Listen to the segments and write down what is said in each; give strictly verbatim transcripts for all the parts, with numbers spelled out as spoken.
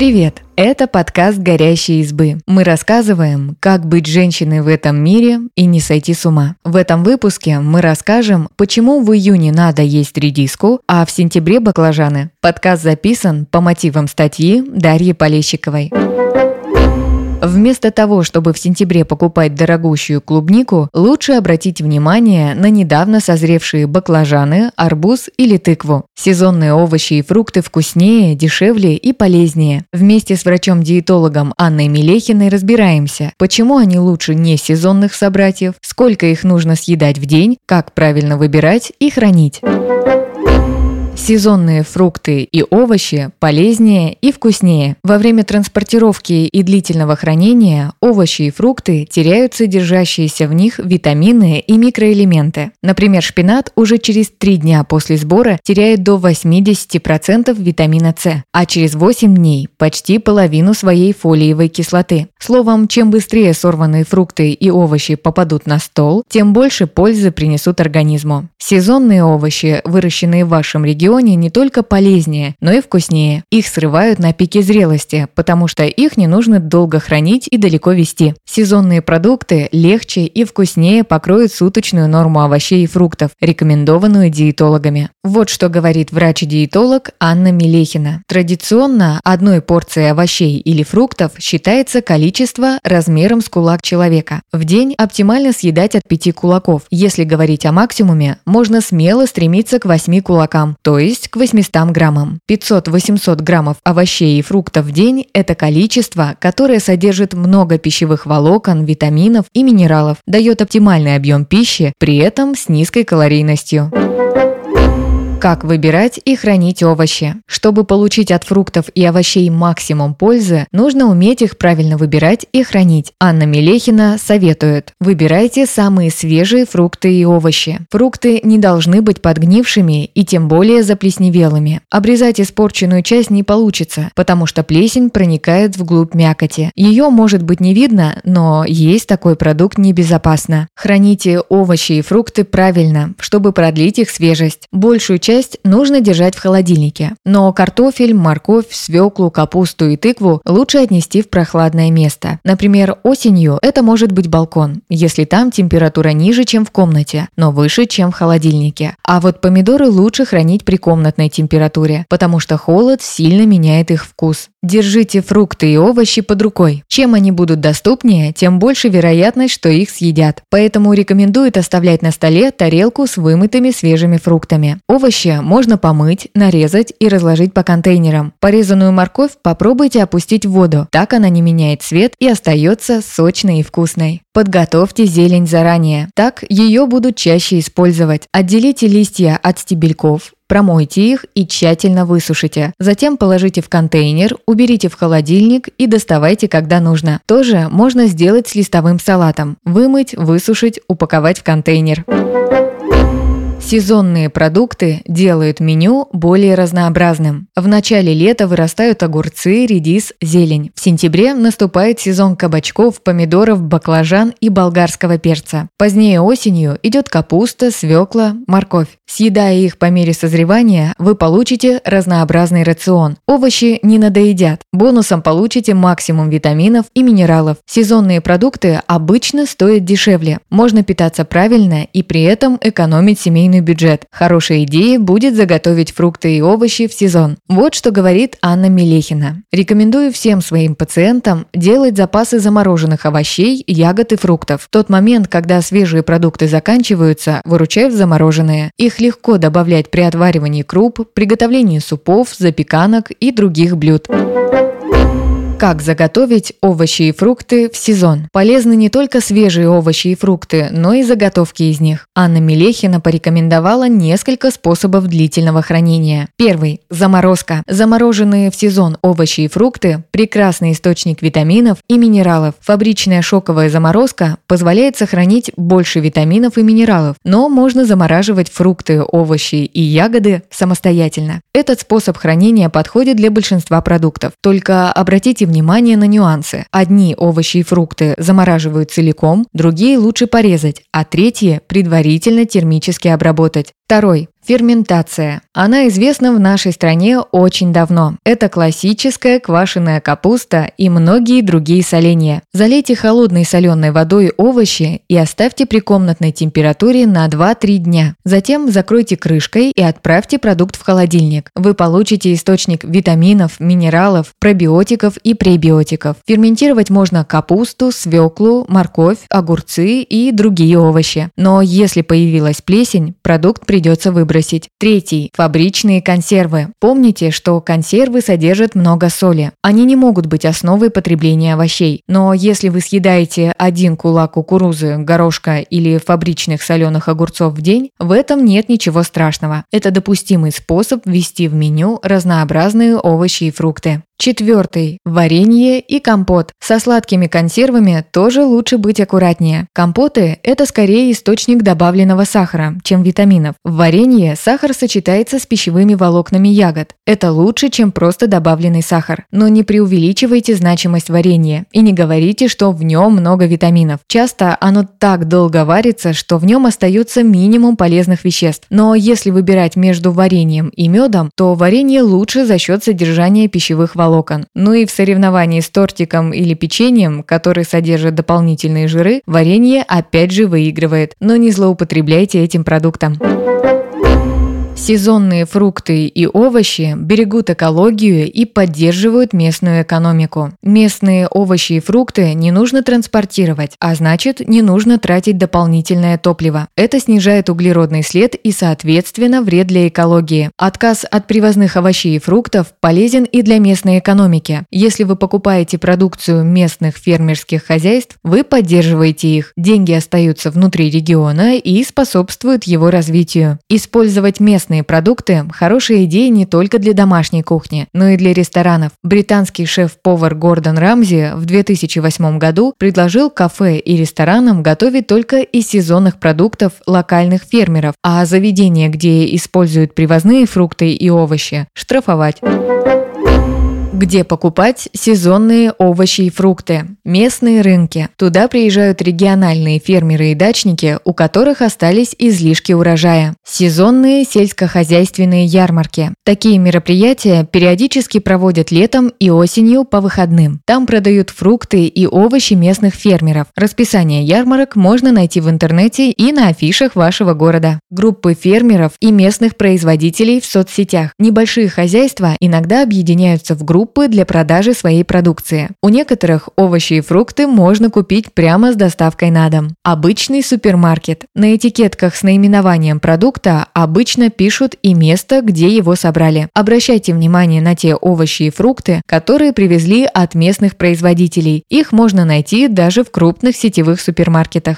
Привет! Это подкаст «Горящие избы». Мы рассказываем, как быть женщиной в этом мире и не сойти с ума. В этом выпуске мы расскажем, почему в июне надо есть редиску, а в сентябре баклажаны. Подкаст записан по мотивам статьи Дарьи Полещиковой. Вместо того, чтобы в сентябре покупать дорогущую клубнику, лучше обратить внимание на недавно созревшие баклажаны, арбуз или тыкву. Сезонные овощи и фрукты вкуснее, дешевле и полезнее. Вместе с врачом-диетологом Анной Мелехиной разбираемся, почему они лучше несезонных собратьев, сколько их нужно съедать в день, как правильно выбирать и хранить. Сезонные фрукты и овощи полезнее и вкуснее. Во время транспортировки и длительного хранения овощи и фрукты теряют содержащиеся в них витамины и микроэлементы. Например, шпинат уже через три дня после сбора теряет до восемьдесят процентов витамина С, а через восемь дней почти половину своей фолиевой кислоты. Словом, чем быстрее сорванные фрукты и овощи попадут на стол, тем больше пользы принесут организму. Сезонные овощи, выращенные в вашем регионе, не только полезнее, но и вкуснее. Их срывают на пике зрелости, потому что их не нужно долго хранить и далеко везти. Сезонные продукты легче и вкуснее покроют суточную норму овощей и фруктов, рекомендованную диетологами. Вот что говорит врач-диетолог Анна Мелехина. Традиционно одной порцией овощей или фруктов считается количество размером с кулак человека. В день оптимально съедать от пяти кулаков. Если говорить о максимуме, можно смело стремиться к восьми кулакам, то есть к восьмистам граммам. пятьсот-восемьсот граммов овощей и фруктов в день – это количество, которое содержит много пищевых волокон, витаминов и минералов, дает оптимальный объем пищи, при этом с низкой калорийностью. Как выбирать и хранить овощи? Чтобы получить от фруктов и овощей максимум пользы, нужно уметь их правильно выбирать и хранить. Анна Мелехина советует: выбирайте самые свежие фрукты и овощи. Фрукты не должны быть подгнившими и тем более заплесневелыми. Обрезать испорченную часть не получится, потому что плесень проникает вглубь мякоти. Ее может быть не видно, но есть такой продукт небезопасно. Храните овощи и фрукты правильно, чтобы продлить их свежесть. Большую часть нужно держать в холодильнике. Но картофель, морковь, свеклу, капусту и тыкву лучше отнести в прохладное место. Например, осенью это может быть балкон, если там температура ниже, чем в комнате, но выше, чем в холодильнике. А вот помидоры лучше хранить при комнатной температуре, потому что холод сильно меняет их вкус. Держите фрукты и овощи под рукой. Чем они будут доступнее, тем больше вероятность, что их съедят. Поэтому рекомендуют оставлять на столе тарелку с вымытыми свежими фруктами. Овощи можно помыть, нарезать и разложить по контейнерам. Порезанную морковь попробуйте опустить в воду. Так она не меняет цвет и остается сочной и вкусной. Подготовьте зелень заранее. Так ее будут чаще использовать. Отделите листья от стебельков. Промойте их и тщательно высушите. Затем положите в контейнер, уберите в холодильник и доставайте, когда нужно. Тоже можно сделать с листовым салатом. Вымыть, высушить, упаковать в контейнер. Сезонные продукты делают меню более разнообразным. В начале лета вырастают огурцы, редис, зелень. В сентябре наступает сезон кабачков, помидоров, баклажан и болгарского перца. Позднее осенью идет капуста, свекла, морковь. Съедая их по мере созревания, вы получите разнообразный рацион. Овощи не надоедят. Бонусом получите максимум витаминов и минералов. Сезонные продукты обычно стоят дешевле. Можно питаться правильно и при этом экономить семейный бюджет. Хорошей идеей будет заготовить фрукты и овощи в сезон. Вот что говорит Анна Мелехина. Рекомендую всем своим пациентам делать запасы замороженных овощей, ягод и фруктов. В тот момент, когда свежие продукты заканчиваются, выручают замороженные. Их легко добавлять при отваривании круп, приготовлении супов, запеканок и других блюд. Как заготовить овощи и фрукты в сезон? Полезны не только свежие овощи и фрукты, но и заготовки из них. Анна Мелехина порекомендовала несколько способов длительного хранения. Первый – заморозка. Замороженные в сезон овощи и фрукты – прекрасный источник витаминов и минералов. Фабричная шоковая заморозка позволяет сохранить больше витаминов и минералов, но можно замораживать фрукты, овощи и ягоды самостоятельно. Этот способ хранения подходит для большинства продуктов. Только обратите внимание на нюансы. Одни овощи и фрукты замораживают целиком, другие лучше порезать, а третьи предварительно термически обработать. Второй. Ферментация. Она известна в нашей стране очень давно. Это классическая квашеная капуста и многие другие соленья. Залейте холодной соленой водой овощи и оставьте при комнатной температуре на два-три дня. Затем закройте крышкой и отправьте продукт в холодильник. Вы получите источник витаминов, минералов, пробиотиков и пребиотиков. Ферментировать можно капусту, свеклу, морковь, огурцы и другие овощи. Но если появилась плесень, продукт придется выбросить. Третий. Фабричные консервы. Помните, что консервы содержат много соли. Они не могут быть основой потребления овощей. Но если вы съедаете один кулак кукурузы, горошка или фабричных соленых огурцов в день, в этом нет ничего страшного. Это допустимый способ ввести в меню разнообразные овощи и фрукты. Четвертый. Варенье и компот. Со сладкими консервами тоже лучше быть аккуратнее. Компоты – это скорее источник добавленного сахара, чем витаминов. В варенье сахар сочетается с пищевыми волокнами ягод. Это лучше, чем просто добавленный сахар. Но не преувеличивайте значимость варенья и не говорите, что в нем много витаминов. Часто оно так долго варится, что в нем остается минимум полезных веществ. Но если выбирать между вареньем и медом, то варенье лучше за счет содержания пищевых волокон. волокон. Ну и в соревновании с тортиком или печеньем, который содержит дополнительные жиры, варенье опять же выигрывает. Но не злоупотребляйте этим продуктом. Сезонные фрукты и овощи берегут экологию и поддерживают местную экономику. Местные овощи и фрукты не нужно транспортировать, а значит, не нужно тратить дополнительное топливо. Это снижает углеродный след и, соответственно, вред для экологии. Отказ от привозных овощей и фруктов полезен и для местной экономики. Если вы покупаете продукцию местных фермерских хозяйств, вы поддерживаете их. Деньги остаются внутри региона и способствуют его развитию. Использовать местные Местные продукты – хорошая идея не только для домашней кухни, но и для ресторанов. Британский шеф-повар Гордон Рамзи в две тысячи восьмом году предложил кафе и ресторанам готовить только из сезонных продуктов локальных фермеров, а заведения, где используют привозные фрукты и овощи, штрафовать. Где покупать сезонные овощи и фрукты? Местные рынки. Туда приезжают региональные фермеры и дачники, у которых остались излишки урожая. Сезонные сельскохозяйственные ярмарки. Такие мероприятия периодически проводят летом и осенью по выходным. Там продают фрукты и овощи местных фермеров. Расписание ярмарок можно найти в интернете и на афишах вашего города. Группы фермеров и местных производителей в соцсетях. Небольшие хозяйства иногда объединяются в группы для продажи своей продукции. У некоторых овощи и фрукты можно купить прямо с доставкой на дом. Обычный супермаркет. На этикетках с наименованием продукта обычно пишут и место, где его собрали. Обращайте внимание на те овощи и фрукты, которые привезли от местных производителей. Их можно найти даже в крупных сетевых супермаркетах.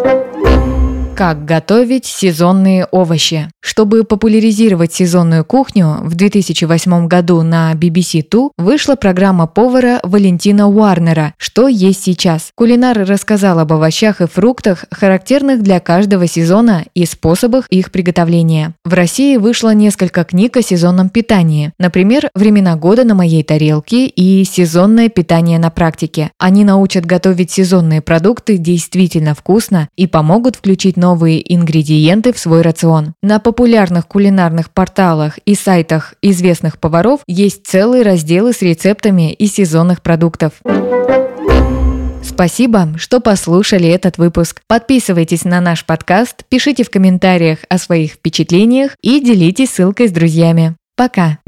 Как готовить сезонные овощи? Чтобы популяризировать сезонную кухню, в две тысячи восьмом году на би би си два вышла программа повара Валентина Уарнера «Что есть сейчас?». Кулинар рассказал об овощах и фруктах, характерных для каждого сезона, и способах их приготовления. В России вышло несколько книг о сезонном питании, например, «Времена года на моей тарелке» и «Сезонное питание на практике». Они научат готовить сезонные продукты действительно вкусно и помогут включить новые ингредиенты в свой рацион. На популярных кулинарных порталах и сайтах известных поваров есть целые разделы с рецептами из сезонных продуктов. Спасибо, что послушали этот выпуск. Подписывайтесь на наш подкаст, пишите в комментариях о своих впечатлениях и делитесь ссылкой с друзьями. Пока!